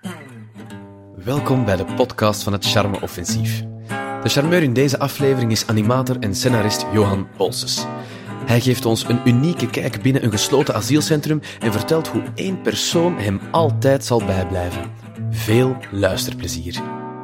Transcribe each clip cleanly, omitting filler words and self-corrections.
Welkom bij de podcast van het Charme Offensief. De charmeur in deze aflevering is animator en scenarist Johan Bolses. Hij geeft ons een unieke kijk binnen een gesloten asielcentrum en vertelt hoe één persoon hem altijd zal bijblijven. Veel luisterplezier.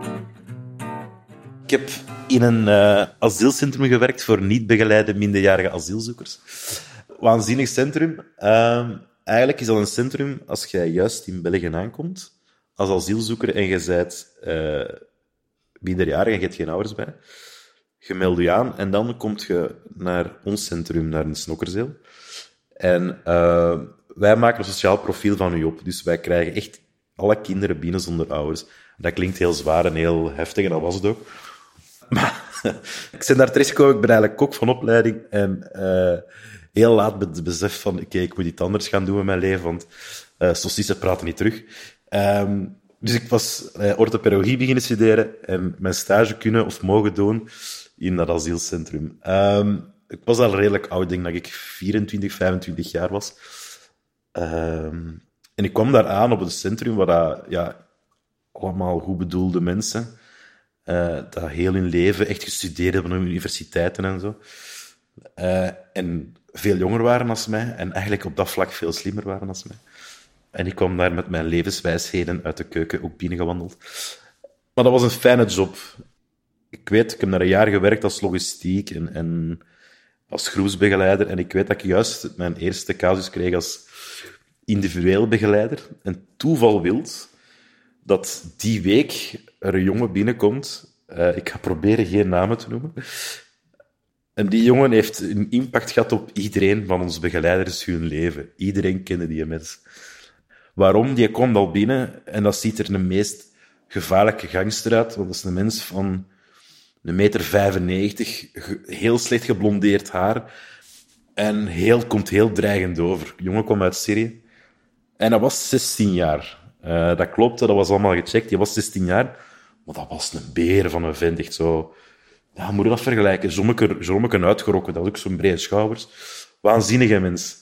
Ik heb in een asielcentrum gewerkt voor niet begeleide minderjarige asielzoekers. Waanzinnig centrum. Eigenlijk is dat een centrum als jij juist in België aankomt als asielzoeker en je bent minderjarig en je hebt geen ouders bij. Je meldt je aan en dan kom je naar ons centrum, naar een snokkerzeel. En wij maken een sociaal profiel van u op. Dus wij krijgen echt alle kinderen binnen zonder ouders. Dat klinkt heel zwaar en heel heftig en dat was het ook. Maar ik ben daar terechtgekomen, ik ben eigenlijk kok van opleiding en heel laat met het besef van oké, ik moet iets anders gaan doen met mijn leven, want saucissen praten niet terug. Dus ik was orthopedagogie beginnen studeren en mijn stage kunnen of mogen doen in dat asielcentrum. Ik was al redelijk oud, ik denk dat ik 24, 25 jaar was. En ik kwam daar aan op het centrum waar allemaal goed bedoelde mensen dat heel hun leven echt gestudeerd hebben op universiteiten en zo. En veel jonger waren dan mij en eigenlijk op dat vlak veel slimmer waren dan mij. En ik kwam daar met mijn levenswijsheden uit de keuken ook binnengewandeld. Maar dat was een fijne job. Ik heb daar een jaar gewerkt als logistiek en als groepsbegeleider. En ik weet dat ik juist mijn eerste casus kreeg als individueel begeleider. En toeval wil dat die week er een jongen binnenkomt. Ik ga proberen geen namen te noemen. En die jongen heeft een impact gehad op iedereen van onze begeleiders hun leven. Iedereen kende die mens. Waarom? Die komt al binnen en dat ziet er de meest gevaarlijke gangster uit, want dat is een mens van 1,95 meter, heel slecht geblondeerd haar en komt heel dreigend over. De jongen kwam uit Syrië en dat was 16 jaar. Dat klopte, dat was allemaal gecheckt. Die was 16 jaar, maar dat was een beer van een vent, echt zo. Ja, hoe moet je dat vergelijken? Zommeken uitgerokken, dat was ook zo'n brede schouders. Waanzinnige mens.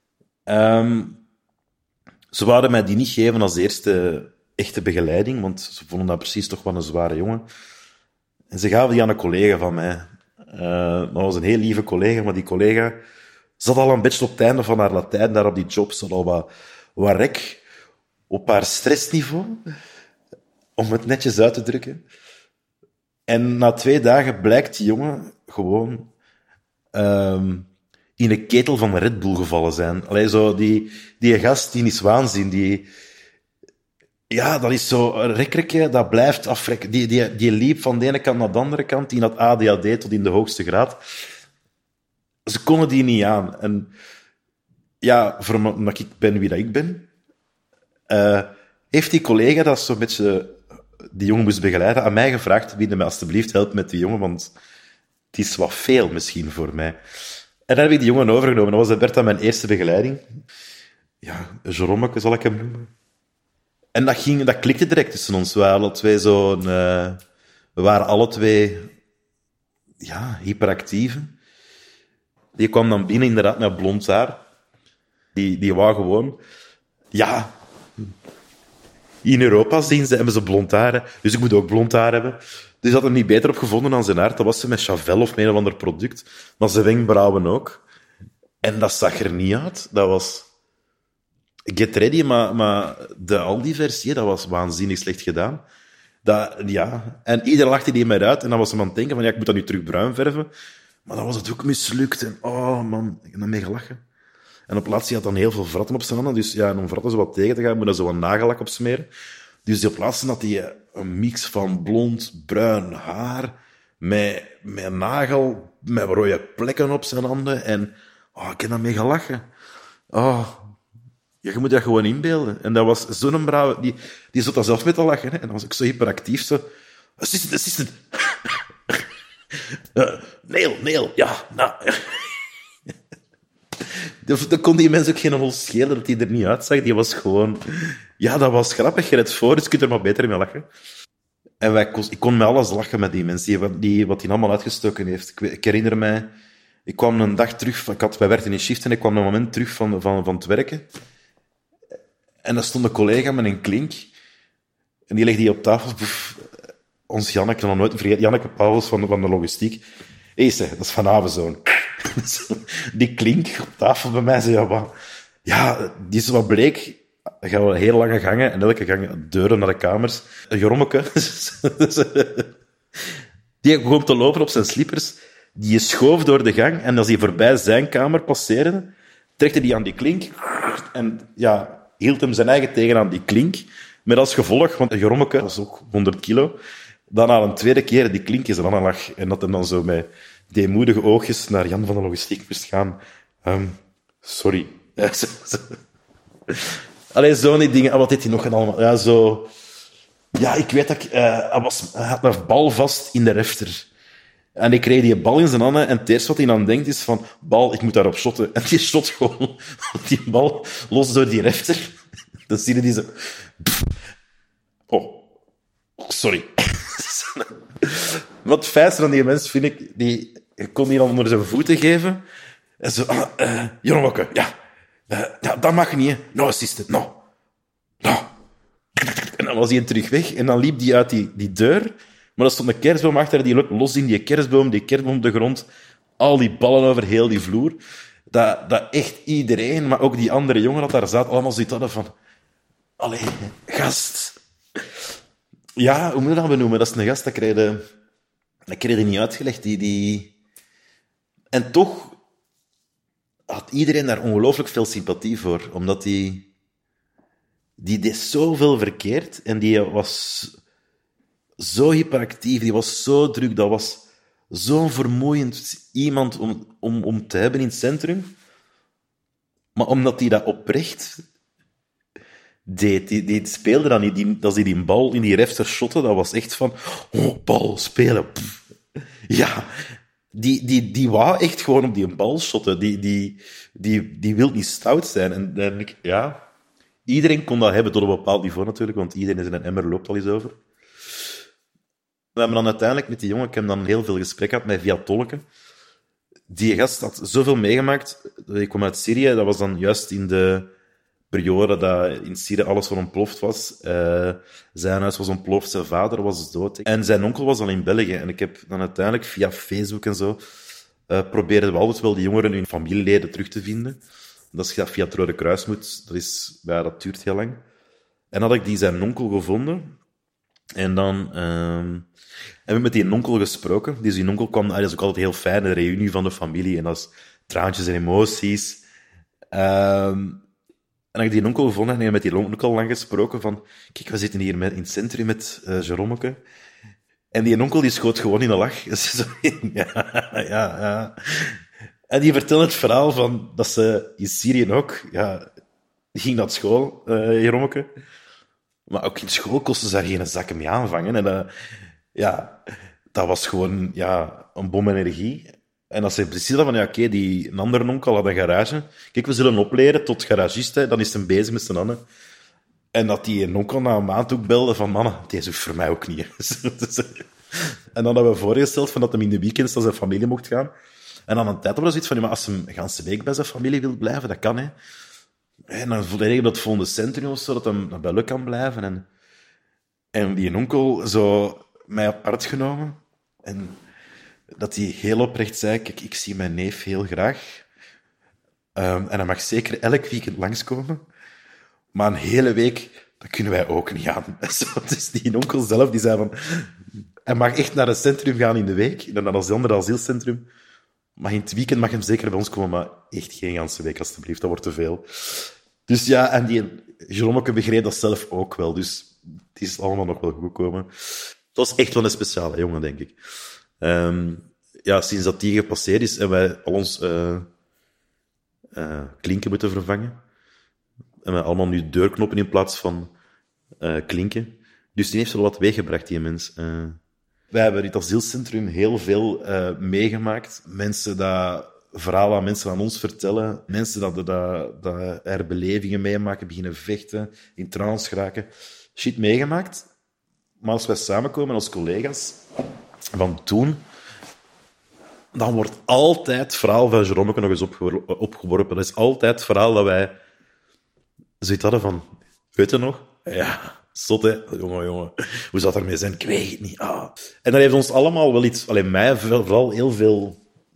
Ze wouden mij die niet geven als eerste echte begeleiding, want ze vonden dat precies toch wel een zware jongen. En ze gaven die aan een collega van mij. Dat was een heel lieve collega, maar die collega zat al een beetje op het einde van haar Latijn, daar op die job, zat al wat rek op haar stressniveau, om het netjes uit te drukken. En na 2 dagen blijkt die jongen gewoon in een ketel van Red Bull gevallen zijn. Allee, zo die gast, die is waanzin. Dat is zo een rekkertje, dat blijft afrekken. Die liep van de ene kant naar de andere kant, die had ADHD tot in de hoogste graad. Ze konden die niet aan. En ja, omdat ik ben wie dat ik ben, heeft die collega dat zo'n beetje die jongen moest begeleiden, aan mij gevraagd, wie me alstublieft helpt met die jongen, want het is wat veel misschien voor mij. En dan heb ik die jongen overgenomen. Dat was Bertha mijn eerste begeleiding. Ja, Jeromeke zal ik hem noemen. En dat klikte direct tussen ons. We waren alle twee hyperactieve. Die kwam dan binnen inderdaad met blond haar. Die wou gewoon... Ja, in Europa hebben ze blond haar. Dus ik moet ook blond haar hebben. Dus had er niet beter op gevonden dan zijn haar. Dat was ze met Chavel of met een ander product. Maar zijn wenkbrauwen ook. En dat zag er niet uit. Dat was... Get ready, maar de Aldi-versie, dat was waanzinnig slecht gedaan. En iedereen lachte die mij uit. En dan was ze aan het denken van, ik moet dat nu terug bruin verven. Maar dan was het ook mislukt. En oh man, ik heb daarmee gelachen. En op laatst had dan heel veel vratten op zijn handen. Dus ja, en om vratten zo wat tegen te gaan, moet je zo wat nagellak op smeren. Dus die op laatst had hij een mix van blond, bruin haar, met nagel, met rode plekken op zijn handen. En ik heb daarmee gelachen. Je moet dat gewoon inbeelden. En dat was zo'n brauw, die zat daar zelf met te lachen. Hè? En dan was ik zo hyperactief, zo... Assistent. Neil, ja, nou... Dan kon die mens ook geen hol schelen dat hij er niet uitzag. Die was gewoon... Ja, dat was grappig. Je redt voor, dus je kunt er maar beter mee lachen. En ik kon met alles lachen met die mensen, wat hij allemaal uitgestoken heeft. Ik herinner mij... Ik kwam een dag terug... Wij werkten in shift en ik kwam een moment terug van het werken. En daar stond een collega met een klink. En die legt die op tafel. Poef, ons Janneke, nog nooit vergeten. Janneke Pauwels van de logistiek. Zeg, dat is vanavond zo'n. Die klink op tafel bij mij. Zei, ja, die is wat bleek. Dan gaan we heel lange gangen. En elke gang deuren naar de kamers. Een grommeke. Die begon te lopen op zijn slippers. Die schoof door de gang. En als hij voorbij zijn kamer passeerde, trekte hij aan die klink. En ja, hield hem zijn eigen tegen aan die klink. Met als gevolg, want een grommeke was ook 100 kilo. Dan na een tweede keer die klink in zijn handen lag. En dat hem dan zo met deemoedige oogjes naar Jan van de logistiek moest gaan. Sorry. Allee, zo'n dingen. Wat deed hij nog allemaal? Ja, zo... Ja, ik weet dat hij had een bal vast in de refter. En ik kreeg die bal in zijn handen en het eerste wat hij dan denkt is van, bal, ik moet daarop shotten. En die shot gewoon die bal los door die refter. Dan zie je die zo... Oh, sorry. Wat fijnste aan die mens vind ik, je kon die dan onder zijn voeten geven. En zo, Jorokke, ja, dat mag niet, hè. No, assistent, no. En dan was hij terug weg en dan liep hij uit die deur. Maar er stond een kerstboom achter, die loopt los in die kerstboom op de grond. Al die ballen over heel die vloer. Dat echt iedereen, maar ook die andere jongen dat daar zat, allemaal zoiets hadden van... Allee, gast. Ja, hoe moet je dat benoemen? Dat is een gast, dat kreeg je niet uitgelegd. En toch had iedereen daar ongelooflijk veel sympathie voor. Omdat die deed zoveel verkeerd en die was zo hyperactief, die was zo druk, dat was zo'n vermoeiend iemand om te hebben in het centrum. Maar omdat hij dat oprecht deed, die speelde dan niet, als hij die bal in die refter shotte, dat was echt van, oh, bal, spelen. Pff. Ja, die wou echt gewoon op die bal shotten. Die wil niet stout zijn. En ja... Iedereen kon dat hebben, tot een bepaald niveau natuurlijk, want iedereen is in een emmer, loopt al eens over. We hebben dan uiteindelijk met die jongen, ik heb dan heel veel gesprek gehad met via tolken. Die gast had zoveel meegemaakt. Ik kwam uit Syrië, dat was dan juist in de periode dat in Syrië alles van ontploft was. Zijn huis was ontploft, zijn vader was dood. En zijn onkel was al in België. En ik heb dan uiteindelijk via Facebook en zo probeerden we altijd wel die jongeren hun familieleden terug te vinden. Dat je dat via het Rode Kruis moet, dat duurt heel lang. En had ik zijn onkel gevonden. En dan hebben we met die onkel gesproken. Dus die onkel kwam, dat is ook altijd heel fijn, een reunie van de familie. En dat is traantjes en emoties. En had ik die onkel gevonden en met die onkel lang gesproken van... Kijk, we zitten hier in het centrum met Jeromeke. En die onkel die schoot gewoon in de lach. Zo, ja. En die vertelde het verhaal van dat ze in Syrië ook... Ja, die ging naar school, Jeromeke. Maar ook in school kostte ze daar geen zakken mee aanvangen. En dat was gewoon een bom energie. En als ze precies hadden van, oké, die een andere onkel had een garage. Kijk, we zullen opleren tot garagist, hè. Dan is hij bezig met z'n allen. En dat die een onkel na een maand ook belde van, mannen, deze hoeft voor mij ook niet. En dan hadden we voorgesteld van dat hij in de weekends naar zijn familie mocht gaan. En aan een tijd hadden we zoiets van, maar als hij een ganse week bij zijn familie wil blijven, dat kan, hè. En dan volledig op dat volgende centrum, zodat hij bij Luk kan blijven. En die onkel zo mij apart genomen. En dat hij heel oprecht zei, kijk, ik zie mijn neef heel graag. En hij mag zeker elk weekend langskomen. Maar een hele week, dat kunnen wij ook niet aan. Dus die onkel zelf, die zei van... Hij mag echt naar het centrum gaan in de week. En dan naar een ander asielcentrum. Maar in het weekend mag hem zeker bij ons komen. Maar echt geen ganse week, alstublieft. Dat wordt te veel. Dus ja, en die Jeromeke begreep dat zelf ook wel. Dus het is allemaal nog wel goed gekomen. Het was echt wel een speciale jongen, denk ik. Sinds dat die gepasseerd is, hebben wij al ons klinken moeten vervangen. En we allemaal nu deurknoppen in plaats van klinken. Dus die heeft wel wat weeggebracht, die mens. Wij hebben in het asielcentrum heel veel meegemaakt. Mensen dat verhalen aan mensen aan ons vertellen. Mensen dat er belevingen meemaken, beginnen vechten, in trance geraken. Shit meegemaakt. Maar als wij samenkomen als collega's van toen, dan wordt altijd het verhaal van Jeromeke nog eens opgeworpen. Dat is altijd het verhaal dat wij zoiets hadden van... Weet je nog? Ja, Zot, hè? Jongen. Hoe zou het ermee zijn? Ik weet het niet. En dat heeft ons allemaal wel iets... Alleen mij vooral heel veel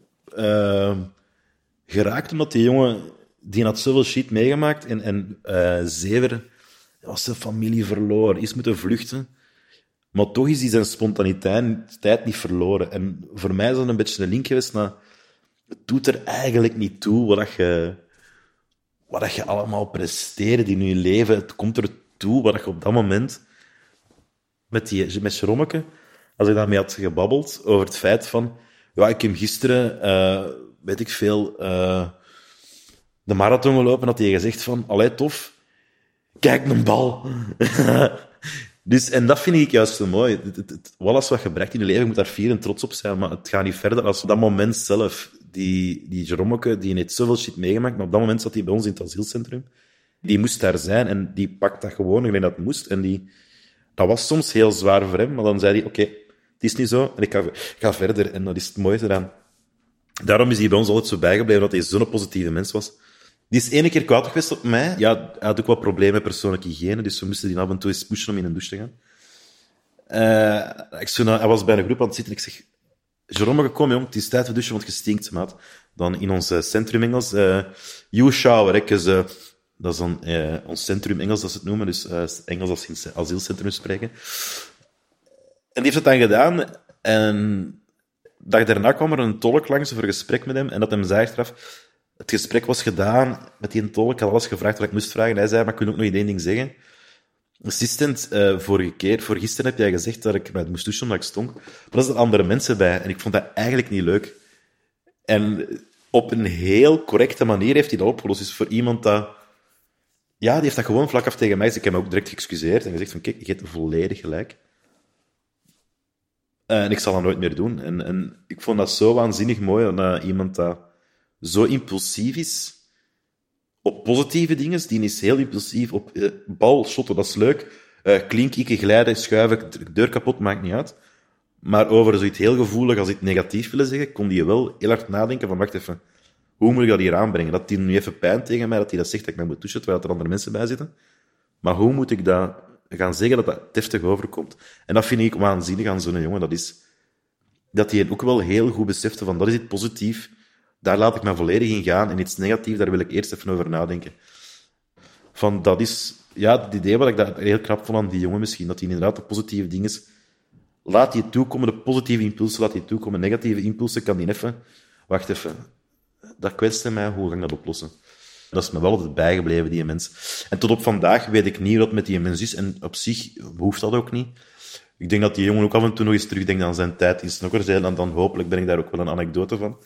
geraakt, omdat die jongen... Die had zoveel shit meegemaakt. En Zever was zijn familie verloren. Is moeten vluchten. Maar toch is hij zijn spontaniteit niet verloren. En voor mij is dat een beetje een link geweest naar... Het doet er eigenlijk niet toe wat je allemaal presteert in je leven. Het komt er toe wat je op dat moment met Jerommeke, als ik daarmee had gebabbeld over het feit van, ja, ik heb gisteren, weet ik veel, de marathon gelopen, had hij gezegd van, allee, tof, kijk een bal. Dus, en dat vind ik juist zo mooi. Alles wat je bereikt in je leven, je moet daar fier en trots op zijn, maar het gaat niet verder als dat moment zelf. Die Jerommeke, die heeft zoveel shit meegemaakt, maar op dat moment zat hij bij ons in het asielcentrum. Die moest daar zijn en die pakt dat gewoon, ik denk dat het moest. En dat was soms heel zwaar voor hem, maar dan zei hij, oké, het is niet zo, en ik ga verder. En dat is het mooiste eraan. Daarom is hij bij ons altijd zo bijgebleven, dat hij zo'n positieve mens was. Die is ene keer kwaad geweest op mij. Ja, hij had ook wat problemen met persoonlijke hygiëne, dus we moesten die af en toe eens pushen om in een douche te gaan. Hij was bij een groep aan het zitten en ik zeg, Jerommeke, kom jong, het is tijd voor douchen, want je stinkt, maat. Dan in ons centrum Engels, you shower, hè, dat is dan ons centrum Engels, dat ze het noemen, dus Engels als in asielcentrum spreken. En die heeft het dan gedaan, en de dag daarna kwam er een tolk langs voor een gesprek met hem, en dat hem zei achteraf, het gesprek was gedaan met die tolk, ik had alles gevraagd wat ik moest vragen, en hij zei, maar ik wil ook nog één ding zeggen. Assistent, voor gisteren heb jij gezegd dat ik mij moest douchen omdat ik stonk. Maar er zaten andere mensen bij en ik vond dat eigenlijk niet leuk. En op een heel correcte manier heeft hij dat opgelost. Dus voor iemand dat... Ja, die heeft dat gewoon vlak af tegen mij gezegd. Ik heb me ook direct geëxcuseerd en gezegd van, kijk, je hebt volledig gelijk. En ik zal dat nooit meer doen. En ik vond dat zo waanzinnig mooi, dat iemand dat zo impulsief is... Op positieve dingen, die is heel impulsief. Op bal, shotten, dat is leuk. Klinkieken, glijden, schuiven, deur kapot, maakt niet uit. Maar over zoiets heel gevoelig als iets negatief willen zeggen, kon die wel heel hard nadenken van, wacht even, hoe moet ik dat hier aanbrengen? Dat hij nu even pijn tegen mij, dat hij dat zegt dat ik mij moet douchen, terwijl er andere mensen bij zitten. Maar hoe moet ik dat gaan zeggen dat dat deftig overkomt? En dat vind ik waanzinnig aan zo'n jongen. Dat hij ook wel heel goed besefte van, dat is iets positief. Daar laat ik me volledig in gaan. En iets negatiefs, daar wil ik eerst even over nadenken. Van, dat is... Ja, het idee wat ik daar heel knap vond aan die jongen misschien, dat hij inderdaad de positieve dingen... Laat die toekomen, de positieve impulsen laat die toekomen. Negatieve impulsen kan die even... Wacht even. Dat kwetste mij, hoe ga ik dat oplossen? Dat is me wel altijd bijgebleven, die mens. En tot op vandaag weet ik niet wat met die mens is. En op zich hoeft dat ook niet. Ik denk dat die jongen ook af en toe nog eens terugdenkt aan zijn tijd in snokkerzeilen. En dan hopelijk ben ik daar ook wel een anekdote van.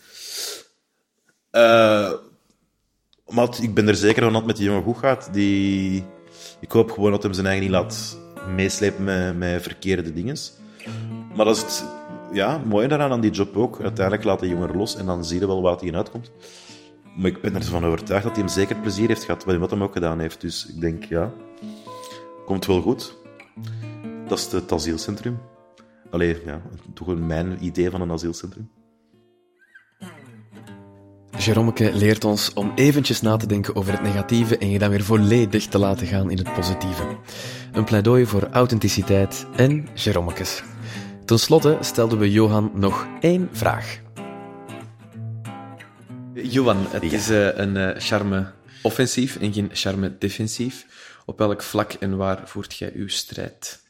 Maar ik ben er zeker van dat het met die jongen goed gaat. Ik hoop gewoon dat hij zijn eigen niet laat meeslepen met verkeerde dingen. Maar dat is het mooie daaraan aan die job ook. Uiteindelijk laat die jongen er los en dan zie je wel wat hij uitkomt. Maar ik ben ervan overtuigd dat hij hem zeker plezier heeft gehad, wat hij ook gedaan heeft. Dus ik denk, komt wel goed. Dat is het asielcentrum. Allee, toch mijn idee van een asielcentrum. Jerommeke leert ons om eventjes na te denken over het negatieve en je dan weer volledig te laten gaan in het positieve. Een pleidooi voor authenticiteit en Jerommekes. Ten slotte stelden we Johan nog 1 vraag. Johan, het is een charme-offensief en geen charme-defensief. Op welk vlak en waar voert jij uw strijd?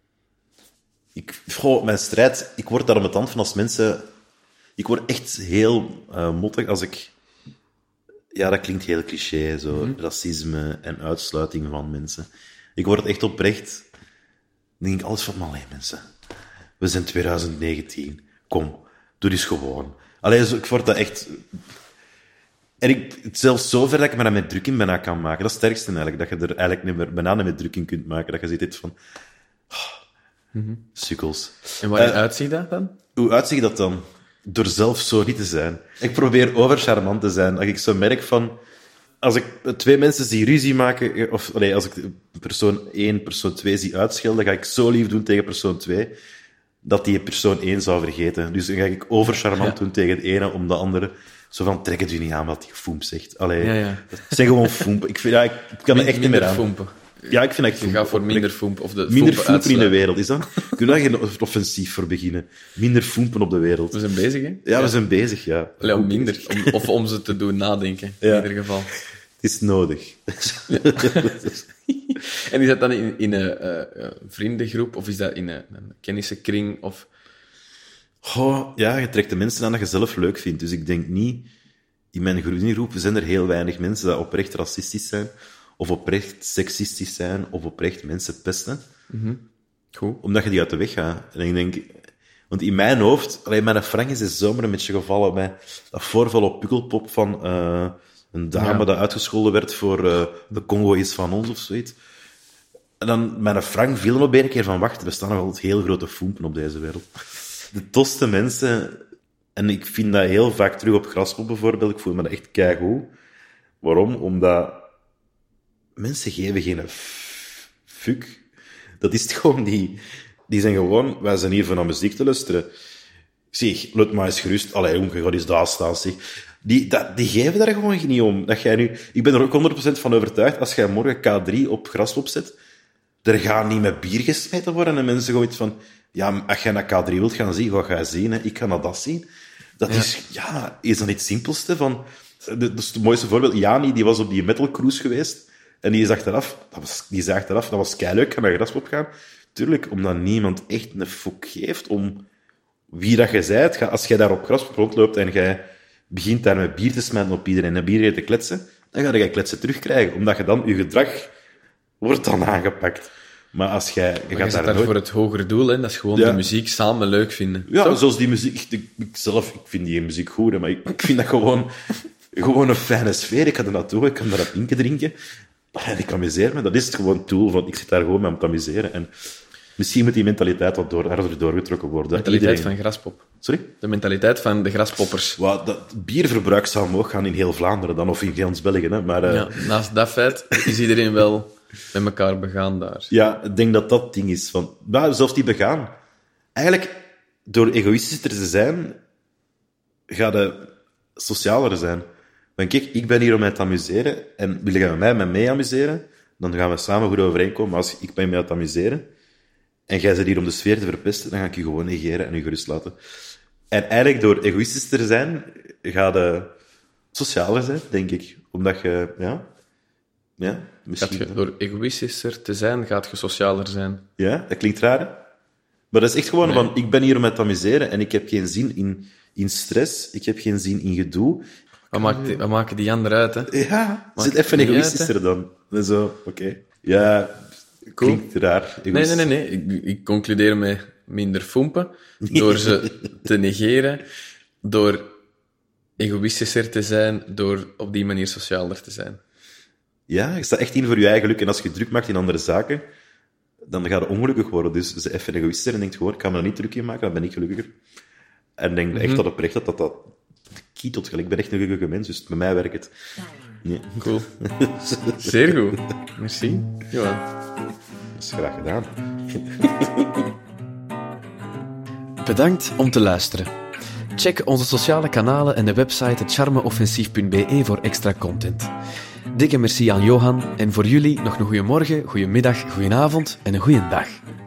Mijn strijd... Ik word daar op het hand van als mensen... Ik word echt heel mottig als ik... Ja, dat klinkt heel cliché, zo. Racisme en uitsluiting van mensen. Ik word echt oprecht... Dan denk ik alles van, allee, mensen. We zijn 2019. Kom, doe eens gewoon. Allee, ik word dat echt... En zelfs zover dat ik me daar met druk in bijna kan maken. Dat is het sterkste eigenlijk. Dat je er eigenlijk niet meer, bijna met druk in kunt maken. Dat je ziet van... Sukkels. En waar uitziet dat dan? Hoe uitziet dat dan? Door zelf zo niet te zijn. Ik probeer overcharmant te zijn. Dat ik zo merk van... Als ik 2 mensen die ruzie maken... Of als ik persoon 1, persoon 2 zie uitschelden, ga ik zo lief doen tegen persoon 2, dat die persoon 1 zou vergeten. Dus dan ga ik overcharmant doen tegen de ene, om de andere... Zo van, trek het u niet aan wat die foemp zegt. Allee, zeg gewoon foemp. Ik kan er echt niet meer aan. Foempen. Ja, ik vind dat Je gaat voor minder foempen. Of de minder foempen foempen in de uitsluiten. wereld, is dat? Kunnen we daar geen offensief voor beginnen? Minder foempen op de wereld. We zijn bezig, hè? Ja, we zijn bezig, ja. Allee, om minder. Of om ze te doen nadenken, Ja. in ieder geval. Het is nodig. En is dat dan in een vriendengroep, of is dat in een kennissenkring? Of... Goh, ja, je trekt de mensen aan dat je zelf leuk vindt. Dus ik denk niet... In mijn vriendengroep zijn er heel weinig mensen die oprecht racistisch zijn, of oprecht seksistisch zijn, of oprecht mensen pesten. Goed. Omdat je die uit de weg gaat. En ik denk... Want in mijn hoofd... Alleen mijn Frank is de zomer een beetje gevallen bij dat voorval op Pukkelpop van een dame Ja. die uitgescholden werd voor de Congo is van ons, of zoiets. En dan, mijn Frank viel er op een keer van, wacht, er staan nog altijd heel grote foempen op deze wereld. De tofste mensen... En ik vind dat heel vaak terug op Graspop bijvoorbeeld. Ik voel me dat echt keigoed. Waarom? Omdat mensen geven geen fuck. Dat is het gewoon. Die zijn gewoon... Wij zijn hier voor naar muziek te luisteren. Zeg, laat maar eens gerust. Allee, jong, je gaat eens daar staan, zeg. Die geven daar gewoon niet om. Dat jij nu... Ik ben er ook 100% van overtuigd, als jij morgen K3 op Graspop zet, er gaat niet met bier gesmeten worden en mensen gooien van... Ja, als jij naar K3 wilt gaan zien, wat ga je zien? Hè? Ik ga naar dat zien. Dat is... Ja, is dat niet het simpelste van... Dat is het mooiste voorbeeld. Jani, die was op die metal cruise geweest. En die zei achteraf, dat was keileuk, ik ga naar Graspop gaan. Tuurlijk, omdat niemand echt een fuck geeft om wie dat je bent. Als jij daar op Graspop rondloopt en jij begint daar met bier te smijten op iedereen en bier te kletsen, dan ga je kletsen terugkrijgen. Omdat je dan, je gedrag wordt dan aangepakt. Maar als jij... Je gaat zit daar daar nooit... voor het hogere doel, hè? Dat is gewoon Ja. de muziek samen leuk vinden. Ja, Toch? zoals die muziek... Ik vind die muziek goed, hè, maar ik vind dat gewoon een fijne sfeer. Ik ga er naartoe, ik kan daar een pinken drinken. En ik amuseer me. Dat is het gewoon het doel van... Ik zit daar gewoon mee om te amuseren. En misschien moet die mentaliteit wat harder doorgetrokken worden. De mentaliteit Iedereen- van Graspop. Sorry? De mentaliteit van de graspoppers. Dat bierverbruik zou omhoog gaan in heel Vlaanderen dan, of in heel België. Hè. Maar Ja, naast dat feit is iedereen wel met elkaar begaan daar. ja, ik denk dat dat het ding is. Van, nou, zelfs die begaan. Eigenlijk, door egoïstischer te zijn, ga je socialer zijn. Want kijk, ik ben hier om mij te amuseren, en wil je met mij amuseren, dan gaan we samen goed overeenkomen. Maar als ik ben mee aan het amuseren, en jij zit hier om de sfeer te verpesten, dan ga ik je gewoon negeren en je gerust laten. En eigenlijk, door egoïstischer te zijn, ga je socialer zijn, denk ik. Omdat je, ja, Gaat misschien... je, door egoïstischer te zijn, gaat je socialer zijn. Ja, dat klinkt raar, hè? Maar dat is echt gewoon van, ik ben hier om mij te amuseren en ik heb geen zin in stress, ik heb geen zin in gedoe. Wat maken die anderen uit, hè? Ja, Maakt zit even niet egoïstischer dan. En zo, oké. Ja, klinkt raar. Nee. Ik concludeer met minder foempen, door ze te negeren, door egoïstischer te zijn, door op die manier socialer te zijn. Ja, je staat echt in voor je eigen geluk. En als je druk maakt in andere zaken, dan ga je ongelukkig worden. Dus ze even egoïstischer en denkt gewoon, ik kan me er niet druk in maken, dan ben ik gelukkiger. En denk echt dat oprecht dat kietelt gelijk. Ik ben echt een gelukkige mens, dus bij mij werkt het. Nee. Cool. Zeer goed. Merci, Johan. Dat is graag gedaan. Bedankt om te luisteren. Check onze sociale kanalen en de website charmeoffensief.be voor extra content. Dikke merci aan Johan en voor jullie nog een goeiemorgen, goeiemiddag, goedenavond en een goeiedag.